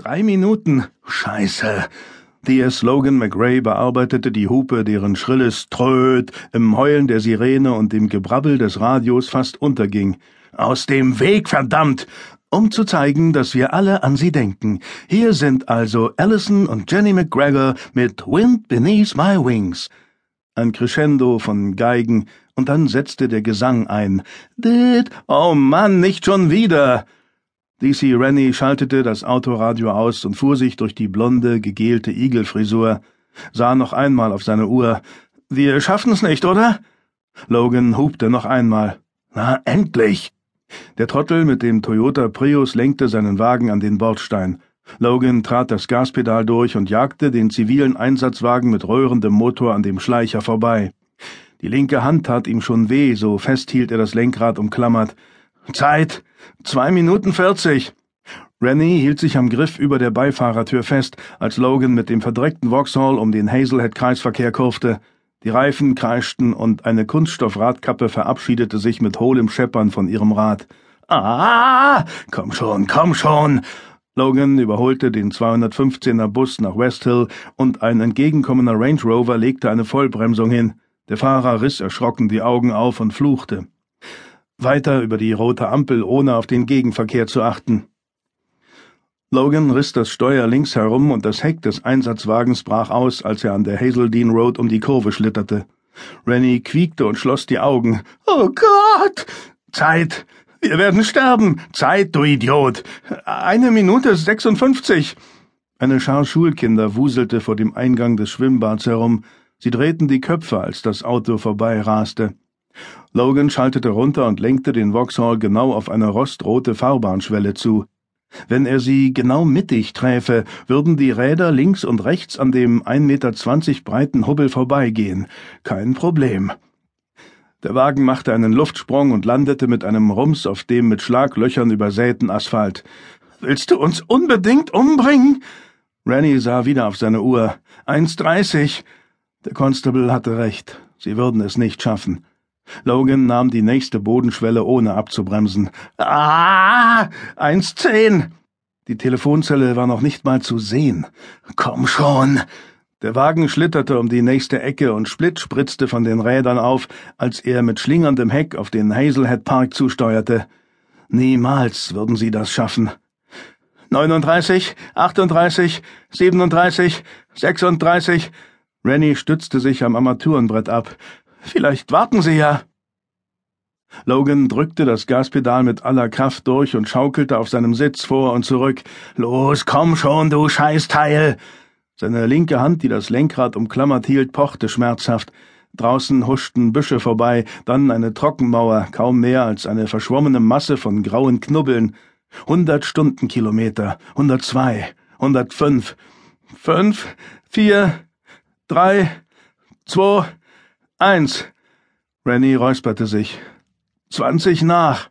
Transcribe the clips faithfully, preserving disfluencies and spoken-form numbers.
Drei Minuten? Scheiße. D S Logan McRae bearbeitete die Hupe, deren schrilles Tröd im Heulen der Sirene und dem Gebrabbel des Radios fast unterging. Aus dem Weg, verdammt! Um zu zeigen, dass wir alle an sie denken. Hier sind also Allison und Jenny McGregor mit Wind Beneath My Wings. Ein Crescendo von Geigen, und dann setzte der Gesang ein. Dit, oh Mann, nicht schon wieder! D C Rennie schaltete das Autoradio aus und fuhr sich durch die blonde, gegelte Igelfrisur, sah noch einmal auf seine Uhr. »Wir schaffen's nicht, oder?« Logan hupte noch einmal. »Na, endlich!« Der Trottel mit dem Toyota Prius lenkte seinen Wagen an den Bordstein. Logan trat das Gaspedal durch und jagte den zivilen Einsatzwagen mit röhrendem Motor an dem Schleicher vorbei. Die linke Hand tat ihm schon weh, so fest hielt er das Lenkrad umklammert. »Zeit! Zwei Minuten vierzig!« Rennie hielt sich am Griff über der Beifahrertür fest, als Logan mit dem verdreckten Vauxhall um den Hazelhead-Kreisverkehr kurfte. Die Reifen kreischten und eine Kunststoffradkappe verabschiedete sich mit hohlem Scheppern von ihrem Rad. »Ah! Komm schon, komm schon!« Logan überholte den zweihundertfünfzehner Bus nach West Hill und ein entgegenkommender Range Rover legte eine Vollbremsung hin. Der Fahrer riss erschrocken die Augen auf und fluchte. Weiter über die rote Ampel, ohne auf den Gegenverkehr zu achten. Logan riss das Steuer links herum und das Heck des Einsatzwagens brach aus, als er an der Hazeldean Road um die Kurve schlitterte. Rennie quiekte und schloss die Augen. »Oh Gott! Zeit! Wir werden sterben! Zeit, du Idiot! Eine Minute sechsundfünfzig!« Eine Schar Schulkinder wuselte vor dem Eingang des Schwimmbads herum. Sie drehten die Köpfe, als das Auto vorbeiraste. Logan schaltete runter und lenkte den Vauxhall genau auf eine rostrote Fahrbahnschwelle zu. Wenn er sie genau mittig träfe, würden die Räder links und rechts an dem ein Meter zwanzig breiten Hubbel vorbeigehen. Kein Problem. Der Wagen machte einen Luftsprung und landete mit einem Rums auf dem mit Schlaglöchern übersäten Asphalt. »Willst du uns unbedingt umbringen?« Rennie sah wieder auf seine Uhr. eins dreißig. Der Constable hatte recht. Sie würden es nicht schaffen. Logan nahm die nächste Bodenschwelle, ohne abzubremsen. »Ah! eins zehn!« Die Telefonzelle war noch nicht mal zu sehen. »Komm schon!« Der Wagen schlitterte um die nächste Ecke und Split spritzte von den Rädern auf, als er mit schlingerndem Heck auf den Hazelhead Park zusteuerte. Niemals würden sie das schaffen. neununddreißig, achtunddreißig, siebenunddreißig, sechsunddreißig. Rennie stützte sich am Armaturenbrett ab. »Vielleicht warten Sie ja!« Logan drückte das Gaspedal mit aller Kraft durch und schaukelte auf seinem Sitz vor und zurück. »Los, komm schon, du Scheißteil!« Seine linke Hand, die das Lenkrad umklammert hielt, pochte schmerzhaft. Draußen huschten Büsche vorbei, dann eine Trockenmauer, kaum mehr als eine verschwommene Masse von grauen Knubbeln. Hundert Stundenkilometer, hundertzwei, hundertfünf, fünf, vier, drei, zwei, eins. Rennie räusperte sich. Zwanzig nach.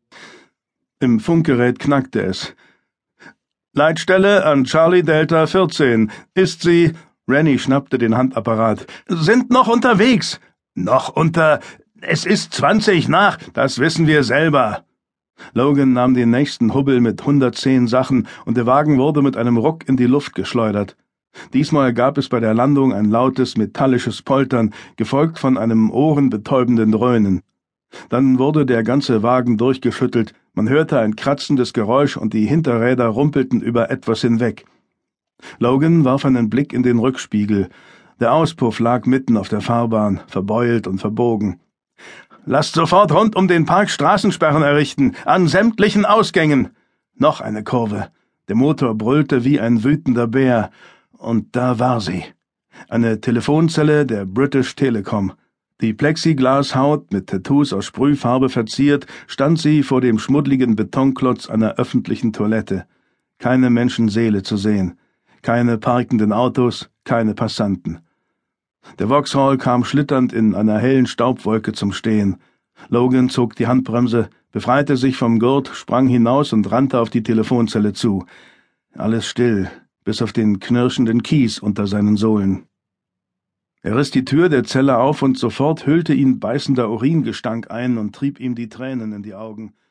Im Funkgerät knackte es. »Leitstelle an Charlie Delta vierzehn. Ist sie...« Rennie schnappte den Handapparat. »Sind noch unterwegs!« »Noch unter... Es ist zwanzig nach, das wissen wir selber!« Logan nahm den nächsten Hubbel mit hundertzehn Sachen und der Wagen wurde mit einem Ruck in die Luft geschleudert. Diesmal gab es bei der Landung ein lautes, metallisches Poltern, gefolgt von einem ohrenbetäubenden Dröhnen. Dann wurde der ganze Wagen durchgeschüttelt, man hörte ein kratzendes Geräusch und die Hinterräder rumpelten über etwas hinweg. Logan warf einen Blick in den Rückspiegel. Der Auspuff lag mitten auf der Fahrbahn, verbeult und verbogen. »Lasst sofort rund um den Park Straßensperren errichten, an sämtlichen Ausgängen!« Noch eine Kurve. Der Motor brüllte wie ein wütender Bär. Und da war sie. Eine Telefonzelle der British Telecom. Die Plexiglashaut mit Tattoos aus Sprühfarbe verziert, stand sie vor dem schmuddligen Betonklotz einer öffentlichen Toilette. Keine Menschenseele zu sehen. Keine parkenden Autos, keine Passanten. Der Vauxhall kam schlitternd in einer hellen Staubwolke zum Stehen. Logan zog die Handbremse, befreite sich vom Gurt, sprang hinaus und rannte auf die Telefonzelle zu. Alles still, bis auf den knirschenden Kies unter seinen Sohlen. Er riss die Tür der Zelle auf und sofort hüllte ihn beißender Uringestank ein und trieb ihm die Tränen in die Augen.